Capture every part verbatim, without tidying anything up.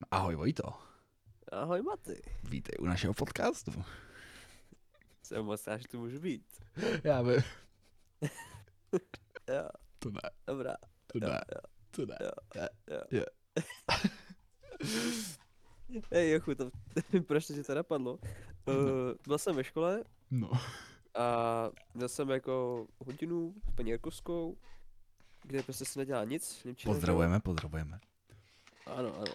Ahoj Vojto, Ahoj Maty. vítej u našeho podcastu. Jsem moc rád, že tu můžu být. Já vím, Jo, to ne, dobrá. to Jo, ne, jo, to ne, jo, je, jo. je. Hej Jochu, to, proč ti to napadlo? Uh, byl jsem ve škole No, a měl jsem jako hodinu s paní Jarkovskou, kde prostě se nedělá nic. Němčina, že jo? pozdravujeme, pozdravujeme. Ano, ano.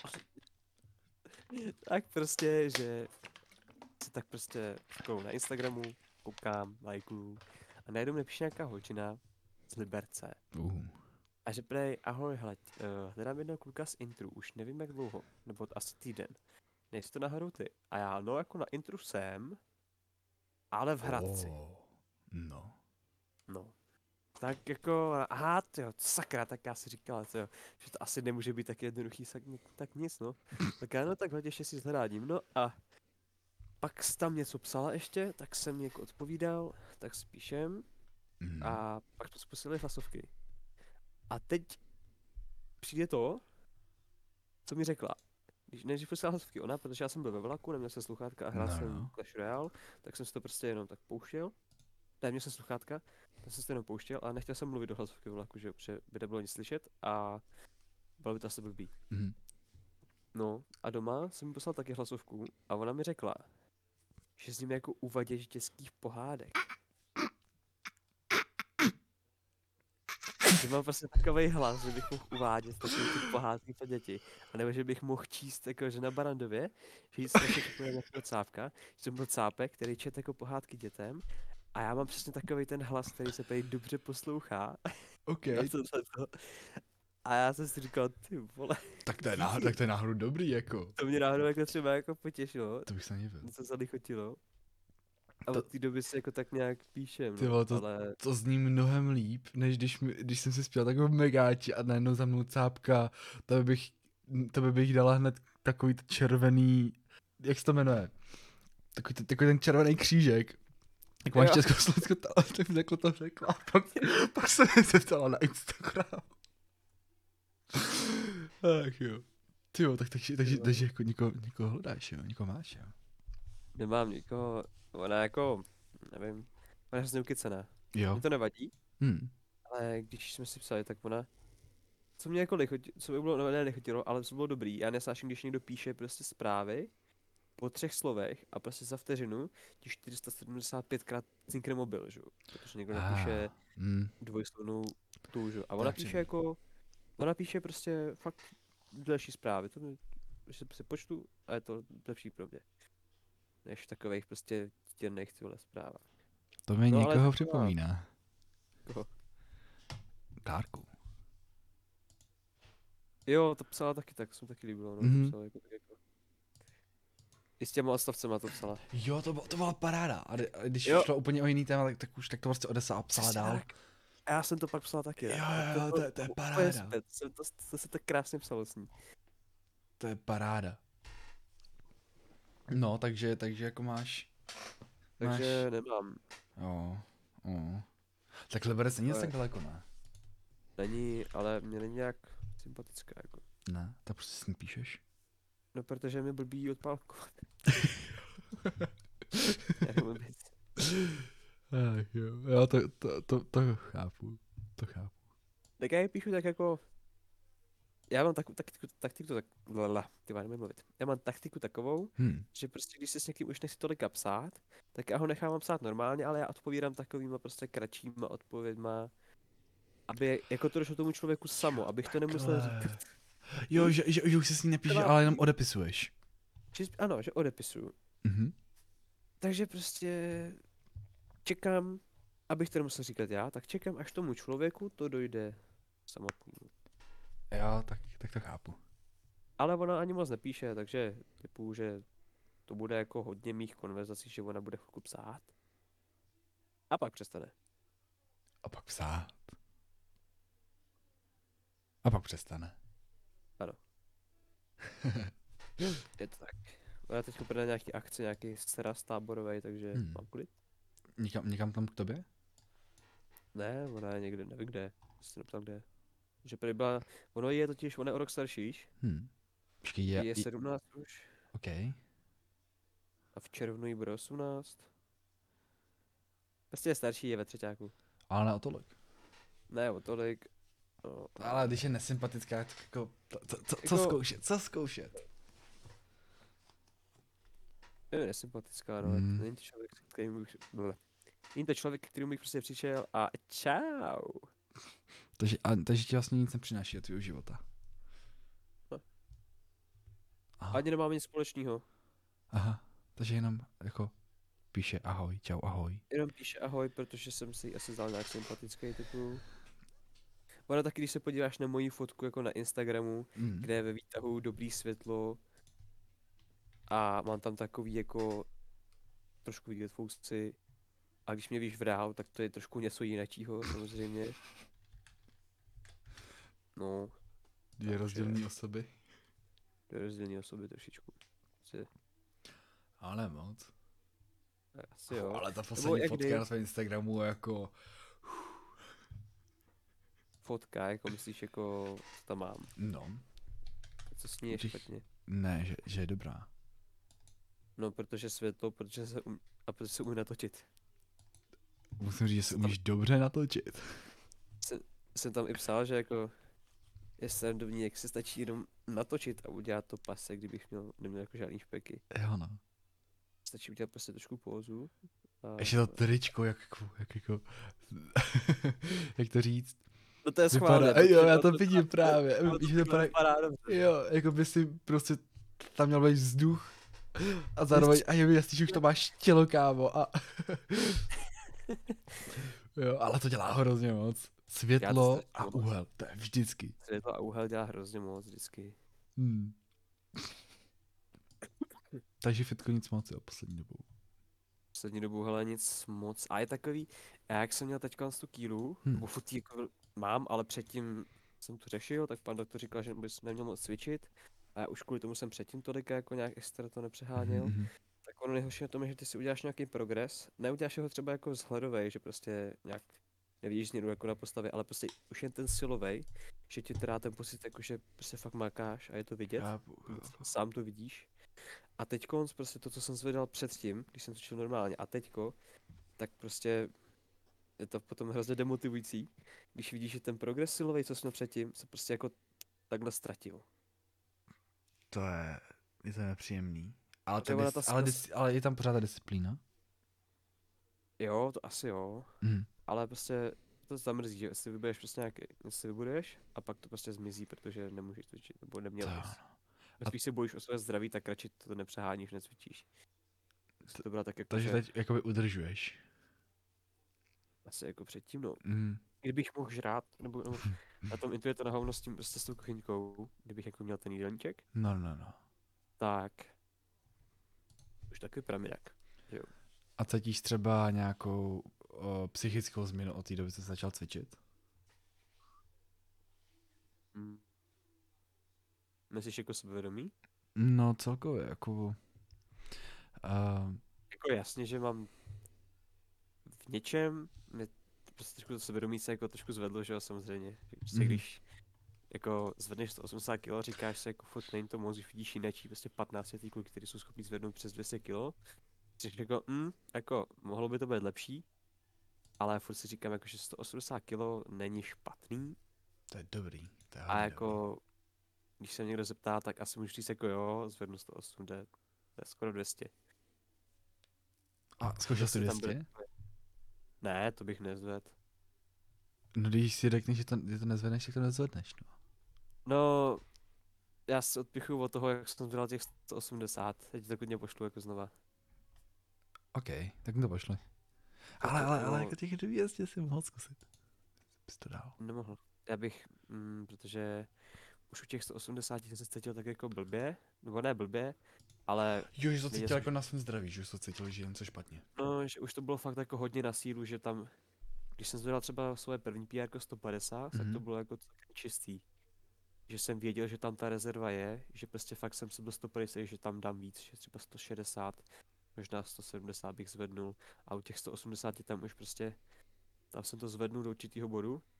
Tak prostě, že se tak prostě školou na Instagramu, koukám, lajkuju a najednou mi píše nějaká holčina z Liberce. Uh, A že prej, ahoj, hele, uh, hledám jednoho kluka z intru, už nevím jak dlouho, nebo asi týden. Nejsi to náhodou ty? A já, no jako na intru jsem, ale v Hradci. oh, no, No. Tak jako, aha, tyjo, sakra, tak já si říkala, tyjo, že to asi nemůže být tak jednoduchý, tak, tak nic, no. Tak já, no tak hodně ještě si zhledádím, no a pak jsi tam něco psala ještě, tak jsem jako odpovídal, tak spíšem mm, a pak jsme spustili hlasovky. A teď přijde to, co mi řekla. Když než pustila hlasovky ona, protože já jsem byl ve vlaku, neměl jsem sluchátka a hrál No, jsem no. Clash Royale, tak jsem si to prostě jenom tak pouštěl. Ne, měl jsem sluchátka, tak jsem si to jenom pouštěl, ale nechtěl jsem mluvit do hlasovky ve vlaku, že jo, protože by nebylo nic slyšet a bylo by to asi blbý. mm. No a doma jsem mi poslal taky hlasovku a ona mi řekla, že s ním jako uvaděč dětských pohádek. Že mám prostě takovej hlas, že bych mohl uvádět takové ty pohádky pro děti. A nebo že bych mohl číst jako, že na Barandově, že jít strašně takový nějakého cápka, že jsem byl cápek, který čet jako pohádky dětem. A já mám přesně takový ten hlas, který se tady dobře poslouchá. OK, Na tohleto. A já jsem si říkal, ty vole, tak to je náhodou, tak to je náhodou dobrý, jako. to mě náhodou jako třeba jako potěšilo. To bych se nevil. Něco se lichotilo. A To- od té doby si jako tak nějak píšem, Ty no, vole, to- ale To zní mnohem líp, než když, mi, když jsem si zpěl takovou megáči a najednou za mnou cápka, to by bych, to by bych dala hned takový t- červený, jak se to jmenuje? Takový, t- takový ten červený křížek. Jak máš Jo. Československo, tak mi takhle to řekla. A pak, pak se mě zeptala na Instagram. Ach jo. Ty jo, tak, takže, takže, Jo. takže jako někoho, někoho hledáš, jo? Někoho máš, jo? nemám nikoho, ona jako, nevím, ona je hrozně ukycená. Jo. Mně to nevadí, Hm. ale když jsme si psali, tak ona, co mě jako lichotilo, co by bylo, no, ne lichotilo, ale co bylo dobrý, já nesnáším, když někdo píše prostě zprávy po třech slovech a prostě za vteřinu ti čtyři sta sedmdesát pět krát cinkne mobil, že jo, protože někdo napíše Ah, hm. dvojslovnou tu, že jo, a To ona je píše příjemný. jako, ona píše prostě fakt delší zprávy, to mi, když se si počtu a je to lepší pro mě, než takových prostě těrných tyhle zpráv. To mi No, ale někoho taková- připomíná. Koho? Klárku. Jo, to psala taky, tak jsem taky líbilo, no, Mhm. to psala jako, tak jako. I s těma odstavcema to psala. Jo, to, bylo, to byla paráda. A, kdy- a když Jo. šlo úplně o jiný téma, tak, tak už tak to prostě odesla a psala Přesně dál. tak. A já jsem to pak psala taky. Jo, ne? jo, to je- to je úplně paráda. zpět, To, to, to se tak krásně psalo s ní. To je paráda. No, takže, takže jako máš... Takže nemám. Jo, jo. Tak Liberec není nic Ale- tak daleko, ne? Není, ale mě není nějak sympatická, jako. Ne, tak prostě s ní píšeš. No, protože mi blbý odpálkovat. Já nemám být. Ach jo, jo to, to, to, to chápu, to chápu. Tak já je píšu tak jako... Já mám takovou taktiku, taktiku tak... Lala, ty nemůžu mluvit. Já mám taktiku takovou, Hm, že prostě když se s někým už nechci tolika psát, tak já ho nechávám psát normálně, ale já odpovídám takovýma prostě kratšíma odpovědma, aby jako to došlo tomu člověku samo, abych to nemusel takhle. říkat. Jo, že, že, že už se s ní nepíšeš, Taková- ale jenom odepisuješ. Či, ano, že odepisuju. Mhm. Takže prostě čekám, abych to nemusel říkat já, tak čekám, až tomu člověku to dojde samotnému. Jo, tak, tak to chápu. Ale ona ani moc nepíše, takže typu, že to bude jako hodně mých konverzací, že ona bude chvilku psát. A pak přestane. A pak psát. A pak přestane. Je to tak. Ona teď bude na nějaký akci, nějaký sraz táborový, takže Hmm. mám klid. Někam, někam tam k tobě? Ne, ona je někde, nevím kde. Jsi neptal kde. Že prý byla, ono je totiž, ona je o rok starší, víš? Hm. Počkej, je, Je je, sedmnáct už OK. a v červnu jí bude osmnáct. Prostě je starší, je ve třetíku. Ale ne o tolik. Ne o tolik. No, Ale když je nesympatická, tak jako, to, to, to, co Jako- zkoušet, co zkoušet? je nesympatická, no. Mm. Není to člověk, s kterým bych... Bleh. Není to člověk, kterým bych prostě přišel a čau. Takže, a, takže ti vlastně nic nepřináší do tvého života. Ne. Aha, Ani nemáme nic společného. aha, takže jenom jako píše ahoj, čau, ahoj. Jenom píše ahoj, protože jsem si ji asi zdal nějak sympatický typu. Ono taky, když se podíváš na moji fotku jako na Instagramu, Mm. kde je ve výtahu dobrý světlo a mám tam takový jako trošku vidět fousy a když mě víš v reálu, tak to je trošku něco jiného samozřejmě. No, Dvě takže- rozdílné osoby. to je rozdílný osoby trošičku. Asi, Ale moc. asi jo. Ale ta poslední jak fotka kdy? na svém Instagramu je jako, Fotka, jako myslíš, jako co tam mám. no, Co s ní je Těch- špatně. ne, že, že je dobrá. No, protože světlo, protože se um... a protože se umí natočit. Musím říct, že se umíš dobře natočit. Jsem tam i psal, že jako je srandovní, jak se stačí jenom natočit a udělat to pase, kdybych měl, neměl jako žádný špeky. Jo no. Stačí udělat prostě trošku pózu. A... Ještě to tričko, jak, jako- jak jako, jak to říct. No to je Vypadá, schválně. jo, protože já to ono vidím právě, ono že to vypadá, vypadá dobře. jo, jako by si prostě tam měl být vzduch a zároveň, a je mi jasný, že už to máš tělo, kámo, a jo, ale to dělá hrozně moc. Světlo strašně a moc. úhel, to je vždycky. Světlo a úhel dělá hrozně moc vždycky. Hmm. Takže fitko nic moc, jo, poslední dobou. Poslední dobu, hele, nic moc. A je takový, já jak jsem měl teďka tu kýlu, Hmm. nebo furt ji jako mám, ale předtím jsem to řešil, tak pan doktor říkal, že bys neměl moc cvičit. A já už kvůli tomu jsem předtím tolik jako nějak extra to nepřeháněl. Mhm, mhm. Tak ono nejhorší na tom je, že ty si uděláš nějaký progres, neuděláš ho třeba jako vzhledovej, že prostě nějak nevidíš změnu jako na postavě, ale prostě už jen ten silovej, že ti teda ten pocit jako, že prostě fakt makáš a je to vidět, Chápu, chápu. sám to vidíš. A teďko prostě to, co jsem zvedal předtím, když jsem cvičil normálně a teďko, tak prostě je to potom hrozně demotivující, když vidíš, že ten progres silovej, co jsme předtím, se prostě jako takhle ztratil. To je, je to nepříjemný. Ale, Protože ta ona dis, ta ale, sil- dis, ale je tam pořád ta disciplína. Jo, to asi jo. Mhm. Ale prostě to zamrzí, že si vybuduješ prostě nějaký, si vybuduješ a pak to prostě zmizí, protože nemůžeš cvičit, nebo neměl To, bys. A spíš se bojíš o své zdraví, tak radši to nepřeháníš, necvičíš. To byla tak jako, takže že teď jakoby udržuješ. asi jako předtím, no. Mhm. Kdybych mohl žrát, nebo, nebo na tom intuitu na hovno s tím, prostě s tou kuchyňkou, kdybych jako měl ten jídelníček, No, no, no. tak už taky vypadám jinak. A cítíš třeba nějakou o, psychickou změnu od té doby, co jsi začal cvičit? Hmm. Myslíš jako sebevědomí? No celkově, jako... Uh, Jako jasně, že mám v něčem, mě prostě trošku to sebevědomí se jako trošku zvedlo, že jo, samozřejmě. Že Prostě Mhm. když jako zvedneš sto osmdesát kilo, říkáš si jako furt není to moc, když vidíš jináčí prostě patnáct letý kluky, kteří jsou schopni zvednout přes dvě stě kilo. Jsi jako, mm, jako mohlo by to být lepší, ale furt si říkám jako, že sto osmdesát kilo není špatný to je dobrý. To je a hodně jako když se mě někdo zeptá, tak asi můžu říct jako jo, zvednu sto osm, to je, to je skoro dvě stě. dobrý. A zkoušel jsi Prostě tam bude dvě stě? takové- Ne, to bych nezvedl. No když si řekneš, že to, že to nezvedneš, tak to nezvedneš, no. No, já se odpichuju od toho, jak jsem zvedal těch sto osmdesát, teď to klidně pošlu jako znova. OK, tak mi to pošli. Tak Ale, to ale, ale bylo- jako těch dvě stě si mohl zkusit. Bys to dal. Nemohl. Já bych, mm, protože už u těch sto osmdesát jsem se cítil tak jako blbě, nebo ne blbě, ale Jo, že to Viděl cítil jsem, jako na svém zdraví, že už to cítil, že je něco špatně. no, že už to bylo fakt jako hodně na sílu, že tam, když jsem zvedal třeba svoje první P R jako sto padesát, tak to Mhm. bylo jako celkem čistý. Že jsem věděl, že tam ta rezerva je, že prostě fakt jsem se byl sto padesát, že tam dám víc, že třeba sto šedesát, možná sto sedmdesát bych zvednul a u těch sto osmdesát tam už prostě, tam jsem to zvednul do určitého bodu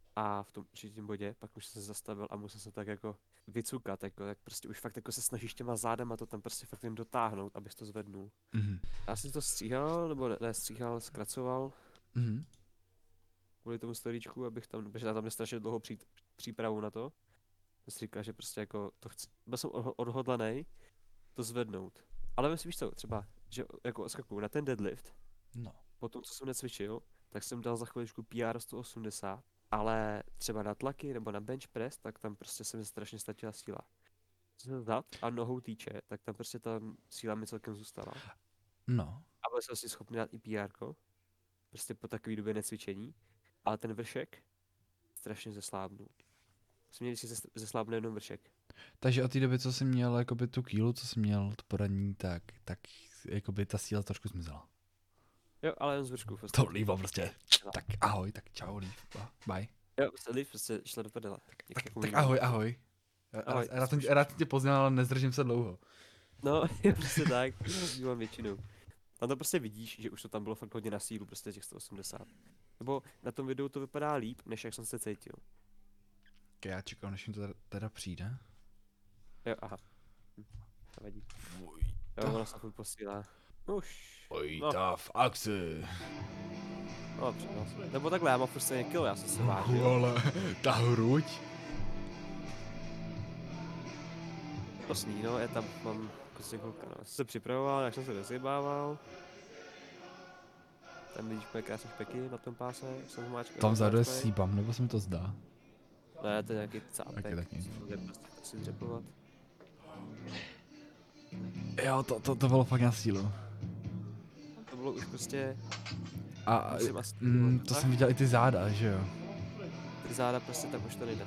A v tom určitém bodě pak už jsem se zastavil a musel se tak jako vycukat, jako, jak prostě už fakt jako se snažíš těma zádama to tam prostě fakt jen dotáhnout, abys to zvednul. Mhm. Já jsem to stříhal, nebo ne, ne stříhal, zkracoval Mhm. kvůli tomu storíčku, abych tam, protože já tam strašně dlouho při, přípravu na to. Jsem si říkal, že prostě jako to chci, byl jsem odho- odhodlaný to zvednout. Ale myslím, víš co, třeba, že jako skakuju na ten deadlift, No. po tom, co jsem necvičil, tak jsem dal za chviličku P R sto osmdesát, ale třeba na tlaky nebo na bench press, tak tam prostě se mi strašně ztratila síla. Co se zad a nohou týče, tak tam prostě ta síla mi celkem zůstala. No. A byl jsem si schopný dát i P R ko, prostě po takové době necvičení, ale ten vršek strašně zeslábnul. Jsem měl, že zeslábne jenom vršek. Takže od té doby, co jsi měl jakoby tu kýlu, co jsi měl to poranění, tak, tak jakoby ta síla trošku zmizela. Jo, ale jen z vršku. Prostě. To líbo prostě. Tak ahoj, tak čau, lív. Bye. Jo, prostě lív prostě šla do prdele. Tak, tak, tak ahoj, ahoj. Ahoj, Rád, rád, rád tě poznal, ale nezdržím se dlouho. No, je prostě tak, mám většinou. Tam to prostě vidíš, že už to tam bylo fakt hodně na sílu, prostě těch sto osmdesát. Nebo na tom videu to vypadá líp, než jak jsem se cítil. Okay, já čekám, než mi to teda, teda přijde. Jo, aha. Hm, to vadí. Vojta. Jo, ono se furt posílá. Už. Vojta v akci. No, no, nebo takhle, já mám furt stejně kilo, já jsem se vážil. Ale ta hruď. To sní, no, je tam, mám prostě holka, no. Jsem se připravoval, jak jsem se rozjebával. Tam vidíš moje krásné špeky na tom páse, jsem zmáčkal. Tam vzadu je síbam, nebo se mi to zdá? Ne, to je nějaký cápek, Taky, taky. co jde prostě asi dřepovat. Jo, to, to, to bylo fakt na sílu. To bylo už prostě, A, a musím asi mm, tak. to jsem viděl i ty záda, že jo? Ty záda prostě tam už to nejde.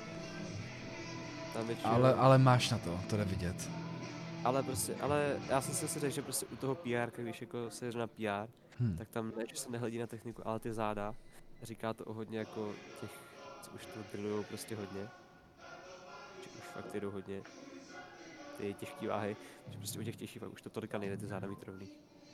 Tam většinou, Ale, ale máš na to, to jde vidět. ale prostě, ale já jsem si řekl, že prostě u toho P R, když jako se jde na P R, Hm. tak tam ne, že se nehledí na techniku, ale ty záda. Říká to o hodně jako těch, co už to drillujou prostě hodně. Že už fakt jedou hodně. Ty těžký váhy, že prostě u těch těžkých fakt už to tolika nejde ty záda mít rovný.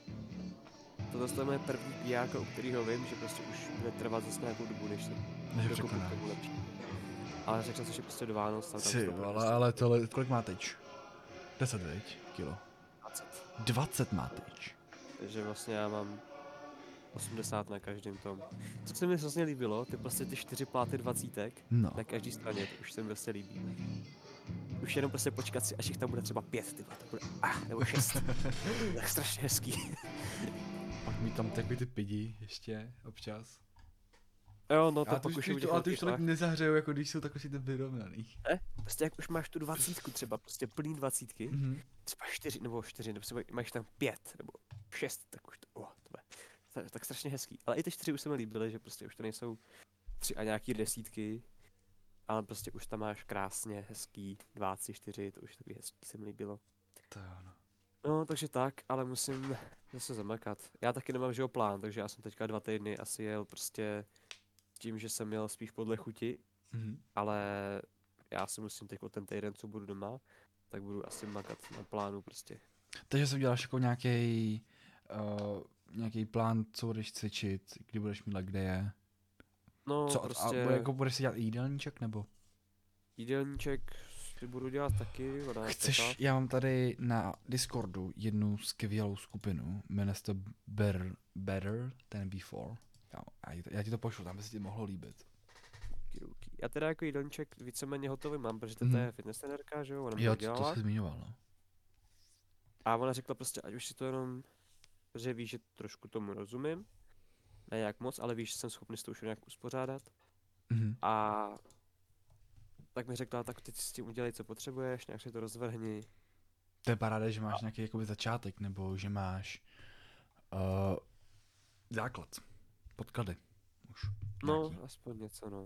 To zase je moje první P R, u kterého vím, že prostě už bude trvat zase nějakou dobu, než se Než dokupu překonáš. k tomu lepší. Ale řekl jsem, že prostě do Vánoc tam Ty to vole, ale tohle, kolik má teď? deset, veď? Kilo. dvacet. dvacet má teď. Takže vlastně já mám osmdesát na každém tom. Co se mi hrozně líbilo, ty prostě ty čtyři pláty dvacítek No. na každý straně, to už se mi prostě líbí. Už jenom prostě počkat si, až jich tam bude třeba pět, ty vole, to bude, ah, nebo šest. Tak strašně hezký. Pak mít tam takový ty pidi ještě občas. Jo, no to Ale pak to už už, je u už, těch to, ale to už velkých tolik vah. nezahřejou, jako když jsou takový ty vyrovnaný. Prostě jak už máš tu dvacítku třeba, prostě plný dvacítky, Mhm. třeba čtyři nebo čtyři, nebo třeba máš tam pět nebo šest, tak už to, oh, to bude tak, tak strašně hezký. Ale i ty čtyři už se mi líbily, že prostě už to nejsou tři a nějaký desítky, ale prostě už tam máš krásně hezký dvacet čtyři, to už takový hezký se mi líbilo. To jo, no. No, takže tak, ale musím zase zamakat. Já taky nemám žeho plán, takže já jsem teďka dva týdny asi jel prostě tím, že jsem měl spíš podle chuti, Mhm. ale já si musím teď ten týden, co budu doma, tak budu asi makat na plánu prostě. Takže si uděláš jako nějaký uh, nějaký plán, co budeš cvičit, kdy budeš mít kde je. No, Co, prostě a bude, jako budeš si dělat jídelníček, nebo? jídelníček si budu dělat taky. Ona je Chceš, pěta. já mám tady na Discordu jednu skvělou skupinu, jmenuje se to Better, Better Than Before. Já, já, já ti to pošlu, tam by se ti mohlo líbit. Okidoki. Já teda jako jídelníček víceméně hotový mám, protože to Mhm. je fitness trenérka, že jo, ona mi Jo, to to, dělala. to jsi zmiňoval, no. A ona řekla prostě, ať už si to jenom, protože víš, že trošku tomu rozumím, ne jak moc, ale víš, že jsem schopný si to už nějak uspořádat. Mhm. A tak mi řekla, tak teď s tím udělej, co potřebuješ, nějak si to rozvrhni. To je paráda, že máš nějaký jakoby začátek, nebo že máš uh, základ, podklady už. No, nějaký. aspoň něco, no.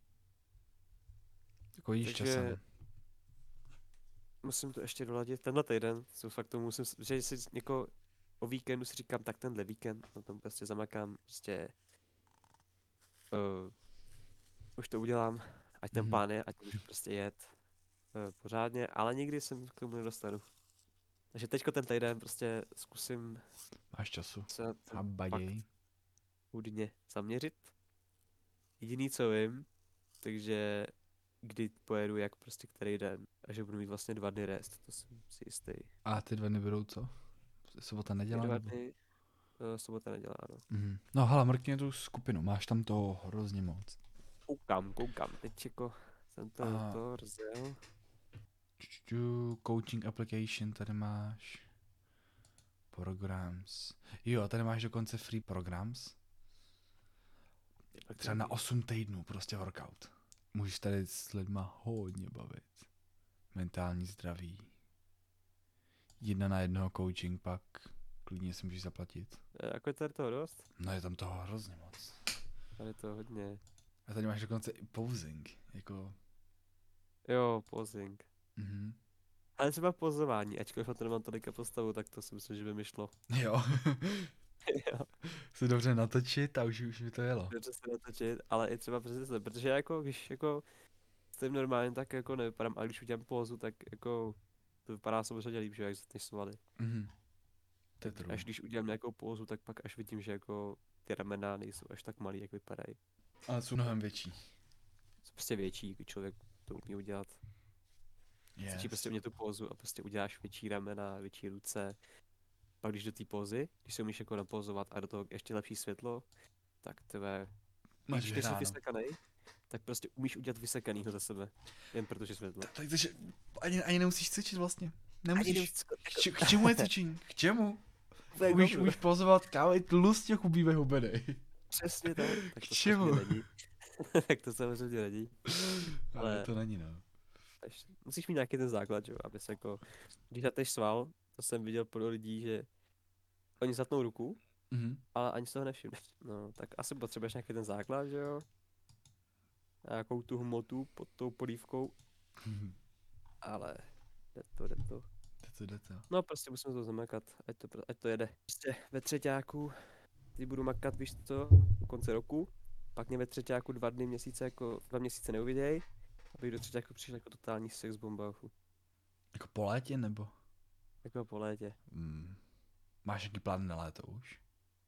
Jako jíš takže- časem. Musím to ještě doladit tenhle týden, co fakt to musím, s- že si jako o víkendu si říkám, tak tenhle víkend, na tom prostě zamakám, prostě uh, už to udělám, ať ten Mhm. plán je, ať můžu prostě jet uh, pořádně, ale nikdy jsem k tomu nedostanu. Takže teďko ten týden prostě zkusím Máš času. se na ten A baděj. hudně zaměřit. Jediný, co vím, takže kdy pojedu, jak prostě který den. A že budu mít vlastně dva dny rest, to jsem si jistý. A ty dva dny budou co? Sobota, Ty neděla? dva Nebo? dny, uh, sobota nedělá, ano. Mhm. No hele, mrkni tu skupinu, máš tam toho hrozně moc. Koukám, koukám, teď jako jsem to, A- to rozjel. Čtu, coaching application, tady máš. Programs. Jo, tady máš dokonce free programs. Třeba na osm týdnů prostě workout. Můžeš tady s lidma hodně bavit. Mentální zdraví. Jedna na jednoho coaching pak. Klidně si můžeš zaplatit. E, Jako je tady toho dost? No je tam toho hrozně moc. Tady to hodně. A tady máš dokonce i posing. Jako, Jo, posing. mhm. Ale třeba pozování, ačkoliv na to nemám tolika postavu, tak to si myslím, že by mi šlo. Jo. Jo, Se dobře natočit a už, už mi to jelo. dobře se natočit, ale i třeba přesně, protože já jako, když jako stojím normálně, tak jako nevypadám, a když udělám pózu, tak jako to vypadá samozřejmě líp, že jak než svaly. Mhm. To je true. Až když udělám nějakou pózu, tak pak až vidím, že jako ty ramena nejsou až tak malý, jak vypadají. Ale jsou mnohem větší. Jsou prostě větší, jako člověk to umí udělat. Stačí Yes. prostě umět tu pózu a prostě uděláš větší ramena, větší ruce. Pak když do té pózy, když se umíš jako napózovat a do toho ještě lepší světlo, tak tebe, Máš když nejsi vyhráno. vysekanej, tak prostě umíš udělat vysekanýho za sebe. Jen protože světlo. Ta- Takže ani, ani nemusíš cvičit vlastně. Ani Nemusíš. nemusíš skoro- K, či- k čemu je cvičení? K čemu? Úplně Umíš, dobře. umíš pozovat kámo, tlustě chubíme hubenej. Přesně tak. Tak K to čemu? samozřejmě není. Tak to samozřejmě není. Ale Ale- to není, no. Až- Musíš mít nějaký ten základ, že jo, abys jako, když zateš sval, to jsem viděl podle lidí, že oni zatnou ruku, Mhm. ale ani se toho nevšimne. No, tak asi potřebuješ nějaký ten základ, že jo? Nějakou tu hmotu pod tou polívkou, Mhm. ale jde to, jde to. Jde to, jde to. No prostě musíme to zamakat, ať to, ať to jede. Prostě ve třeťáku, ty budu makat, víš co, do konce roku, pak mě ve třeťáku dva dny měsíce, jako dva měsíce neuviděj, abych do třeťáku přišel jako totální sex bomba, Jako po létě, nebo? jako po létě. Mm. Máš jaký plán na léto už?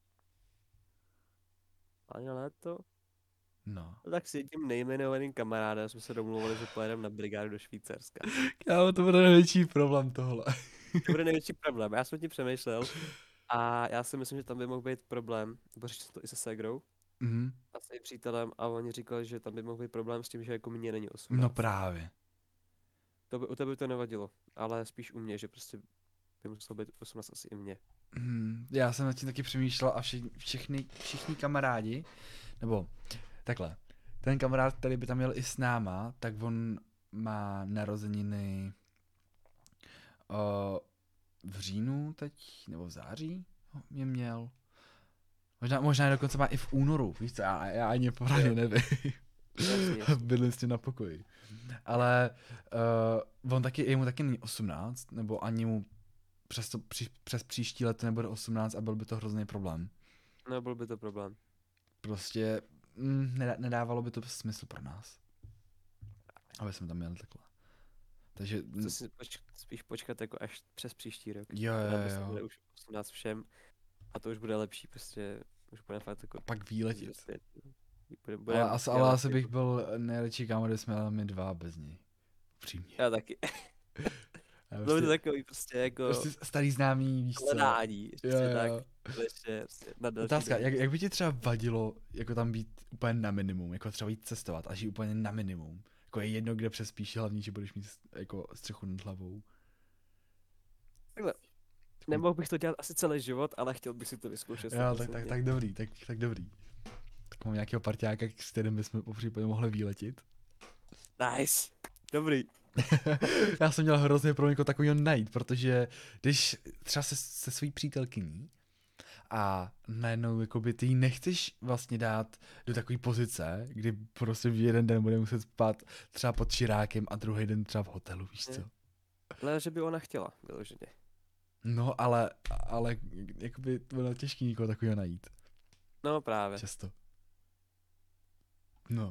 Ani na léto? No. No tak s jedním nejmenovaným kamarádem jsme se domluvili, že pojedeme na brigádu do Švýcarska. Kámo, to bude největší problém tohle. To bude největší problém, já jsem tím přemýšlel a já si myslím, že tam by mohl být problém, nebo řešil jsem to i se ségrou Mhm. a s jejím přítelem a oni říkali, že tam by mohl být problém s tím, že jako mě není osmnáct. No právě. To by, u tebe by to nevadilo, ale spíš u mě, že prostě by muselo být osmnáct asi i mě. Hmm, já jsem nad tím taky přemýšlel a vši, všechny, všichni kamarádi, nebo takhle, ten kamarád, který by tam měl i s náma, tak on má narozeniny o, v říjnu teď, nebo v září mě měl. Možná, možná dokonce má i v únoru, víš co, já, já ani pořádně Jo. nevím. Jasně, jasně. Bydlím s tím na pokoji. Ale uh, on taky, jemu taky není osmnáct, nebo ani mu přes, to, při, přes příští let nebude osmnáct a byl by to hrozný problém. No, byl by to problém. Prostě mm, nedá, nedávalo by to smysl pro nás. Aby jsme tam měli takhle. Takže, mm, To si poč- spíš počkat jako až přes příští rok. jo, Teda prostě jo, bude jo. už osmnáct všem a to už bude lepší, prostě už bude fakt jako Pak výletět. prostě, bude, Ale, bude asi, dělat ale asi jako- bych byl nejradši kámo, kdyby jsme jeli my dva bez něj. Upřímně. Já taky. Já Bylo by prostě, to takový prostě jako prostě starý známý, víš co. hledání, Jo, prostě jo, tak, jo. ještě prostě na další Otázka, den. jak, jak by ti třeba vadilo jako tam být úplně na minimum, jako třeba jít cestovat a žít úplně na minimum? Jako je jedno, kde přespíš, hlavně, že budeš mít jako střechu nad hlavou. Takhle, nemohl bych to dělat asi celý život, ale chtěl bych si to vyzkoušet. Jo, tak, tak, stoprocentně. tak dobrý, tak, tak dobrý. Tak mám nějakého parťáka, s kterým bychom po případě mohli výletit. Nice, dobrý. Já jsem měl hrozně pro někoho takového najít, protože když třeba se, se svojí přítelkyní a najednou jakoby ty jí nechceš vlastně dát do takové pozice, kdy prostě v jeden den bude muset spát třeba pod širákem a druhý den třeba v hotelu, víš co? Ale že by ona chtěla, vyloženě. No, ale, ale jakoby to bylo těžké někoho takového najít. No právě. Často. No.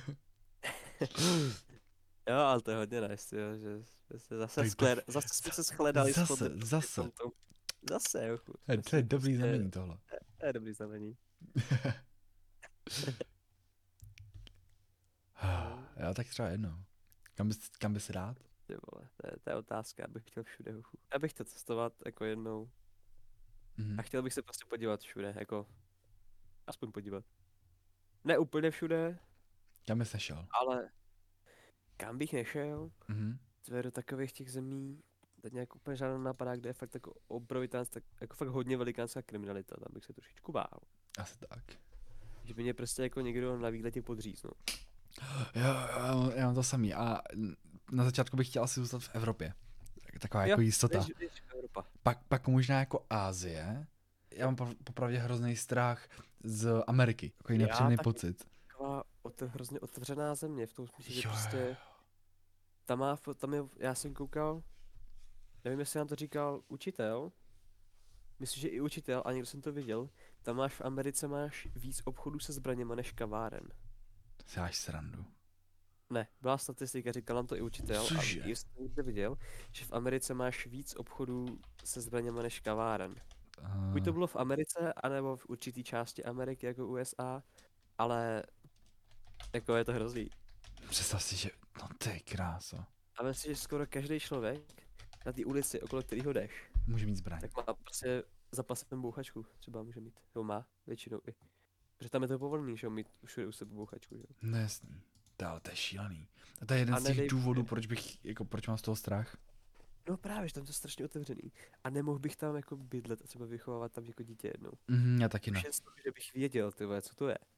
Jo, ale to je hodně nice, jo, že jsme se zase, Tak skled, zase jsme se shledali. Zase, shodli zase. v tom- tom- Zase, jo. chu, To je, to je prostě- dobrý prostě- znamení tohle. To je dobrý znamení. Já tak třeba jedno. Kam bys, kam bys rád? Ty vole, to je, to je otázka, já bych chtěl všude, huchu. Já bych chtěl cestovat jako jednou Mhm. a chtěl bych se prostě podívat všude, jako aspoň podívat. Ne úplně všude, Kam bys nešel? ale kam bych nešel, Mhm. to je do takových těch zemí, teď nějak úplně žádná napadá, kde je fakt jako obrovitánsk, tak jako fakt hodně velikánská kriminalita, tam bych se trošičku bál. Asi tak. Že by mě prostě jako někdo na výletě podříznul. Jo, jo, já mám to samý. A na začátku bych chtěl asi zůstat v Evropě. Tak- Taková Jo, jako jistota. Než, než Evropa. Pak, pak možná jako Ázie. Já mám po- popravdě hrozný strach z Ameriky. Takový Já nepříjemný taky. pocit. Taková otev, hrozně otevřená země, v tom smyslu, že Jo, jo, prostě tam má, f- tam je, já jsem koukal, nevím, jestli nám to říkal učitel, myslím, že i učitel, a někdo jsem to viděl, tam máš v Americe máš víc obchodů se zbraněma než kaváren. Si dáš srandu. Ne, byla statistika, říkal nám to i učitel, Cože? a i jsem někde viděl, že v Americe máš víc obchodů se zbraněma než kaváren. Buď to Uh, bylo v Americe, anebo v určitý části Ameriky, jako U S A, ale jako je to hrozný. představ si, že... No ty kráso. A myslím, že skoro každý člověk na té ulici, okolo kterého jdeš, Může mít zbraň. tak má prostě zapasenou bouchačku, třeba může mít, nebo má většinou i. Protože tam je to povolený, že jo, mít všude u sebe bouchačku, že jo. No jasný. To, ale to je šílený. A to je jeden A z těch nedej důvodů, bože. proč bych, jako proč mám z toho strach. No právě, že tam je to strašně otevřený. A nemohl bych tam jako bydlet a třeba vychovávat tam jako dítě jednou. Mhm, já taky ne. Už jen z toho, že bych věděl, ty vole, co to je.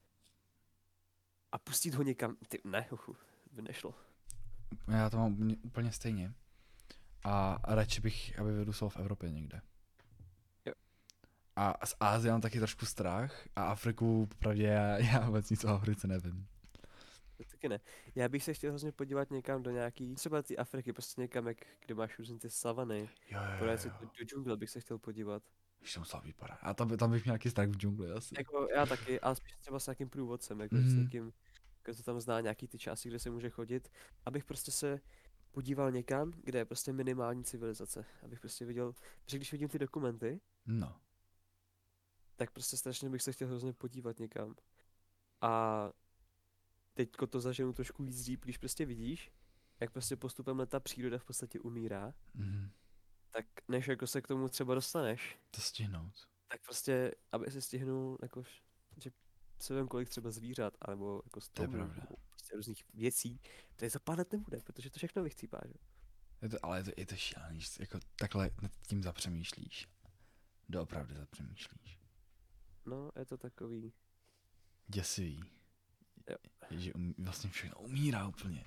A pustit ho někam, ty, ne, hochu, by nešlo. Já to mám úplně, úplně stejně. A radši bych, aby vyrůstal v Evropě někde. Jo. A z Ázie mám taky trošku strach. A Afriku, popravdě, já, já vůbec nic o Africe nevím. To taky ne. Já bych se chtěl hrozně podívat někam do nějaký, třeba ty Afriky, prostě někam, jak, kde máš různé ty savany. Jo, jo, Podat se jo. do, do džungle bych se chtěl podívat. Už jsem musel vypadat. A tam, tam bych měl nějaký strach v džungli asi. Jako já taky, ale spíš třeba s nějakým průvodcem, jako mm. s Mhm. někým, kdo to tam zná nějaký ty části, kde se může chodit, abych prostě se podíval někam, kde je prostě minimální civilizace. Abych prostě viděl, že když vidím ty dokumenty, No. tak prostě strašně bych se chtěl hrozně podívat někam. A teďko to zaženu trošku víc dřív, když prostě vidíš, jak prostě postupem leta příroda v podstatě umírá, Mhm. tak než jako se k tomu třeba dostaneš, To stihnout. tak prostě, aby se stihnul, jako, že se vím kolik třeba zvířat, anebo jako stromů, pravda. nebo prostě různých věcí, to je za pár let nebude, protože to všechno vychcípá, že? Je to, ale je to, je to šílený, že jako takhle nad tím zapřemýšlíš. Doopravdy zapřemýšlíš. No, je to takový, Děsivý. Jo. Je, že um, vlastně všechno umírá úplně.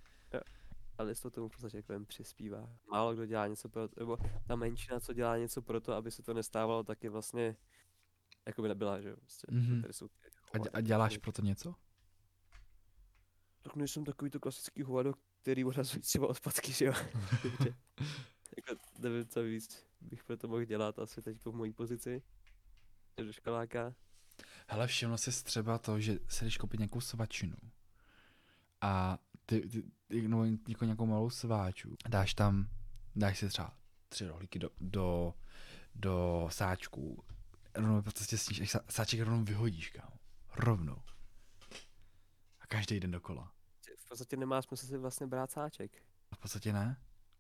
ale to tomu v podstatě jako jen přispívá. Málo kdo dělá něco pro to, nebo ta menšina, co dělá něco pro to, aby se to nestávalo, tak je vlastně, jako by nebyla, že jo, prostě, Mhm. tady jsou ty A, dě, a děláš pro to něco? Tak nejsem takový to klasický hovado, který odhazují třeba odpadky, že jo. Takže, jako nevím, co víc bych pro to mohl dělat asi teď po mojí pozici. Do školáka. Hele, všiml jsi třeba to, že se jdeš koupit nějakou svačinu a ty, ty, ty no, jako nějakou malou sváču, dáš tam, dáš si třeba tři rohlíky do, do, do sáčku, rovnou v podstatě sníš, sá, sáček rovnou vyhodíš, kámo. Rovnou. A každý den dokola. V podstatě nemá smysl si vlastně brát sáček. A v podstatě ne?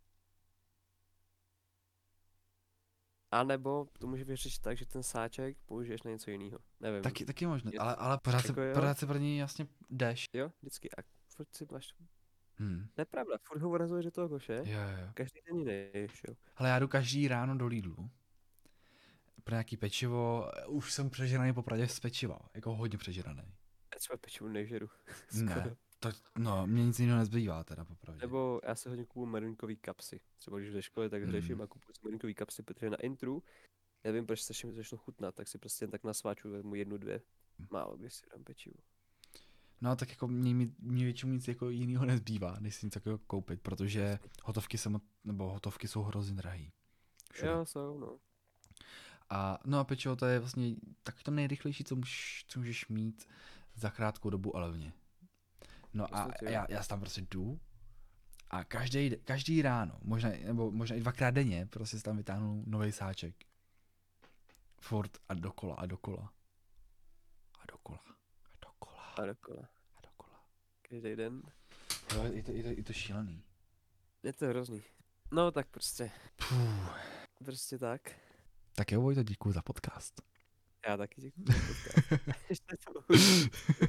A nebo to může vyřešit tak, že ten sáček použiješ na něco jiného. Nevím. Taky, taky možné, Je- ale, ale pořád, jako se, jo. pořád se pro něj jasně jdeš. Jo, vždycky. A furt si máš... Hmm. Nepravda, furt ho odhazuješ do toho koše. Jo, jo, jo. Každý den jdeš, jo. Ale já jdu každý ráno do Lidlu pro nějaký pečivo, už jsem přežraný popravdě z pečiva, jako hodně přežraný. Já třeba pečivu nežeru. Ne, Skoro. to, no, mě nic jiného nezbývá teda popravdě. Nebo já si hodně kupuju meruňkový kapsy. Třeba když ze školy, tak Mm. řeším a kupuju si meruňkový kapsy, protože na intru, nevím, proč se mi to šlo chutnat, tak si prostě jen tak na sváču vezmu jednu, dvě. Málo když si dám pečivo. No tak jako mě, mě, mě většinou nic jako jiného nezbývá, než si nic takového koupit, protože hotovky, samo, nebo hotovky jsou hrozně drahý. Všude. Jo, jsou, no. A, no a pečivo to je vlastně taky to nejrychlejší, co, můž, co můžeš mít za krátkou dobu a levně. No a, Prostě a jo. já, já tam prostě jdu a každý, každý ráno, možná, nebo možná i dvakrát denně, prostě si tam vytáhnu nový sáček. Furt a dokola a dokola. A dokola. A dokola. A dokola. A dokola. každý den. Jo, je to, je to, je to šílený. Je to hrozný. No tak prostě, Puh. prostě tak. Tak jo, Vojto, děkuji za podcast. Já taky děkuji za podcast. Ještě to mohu říct.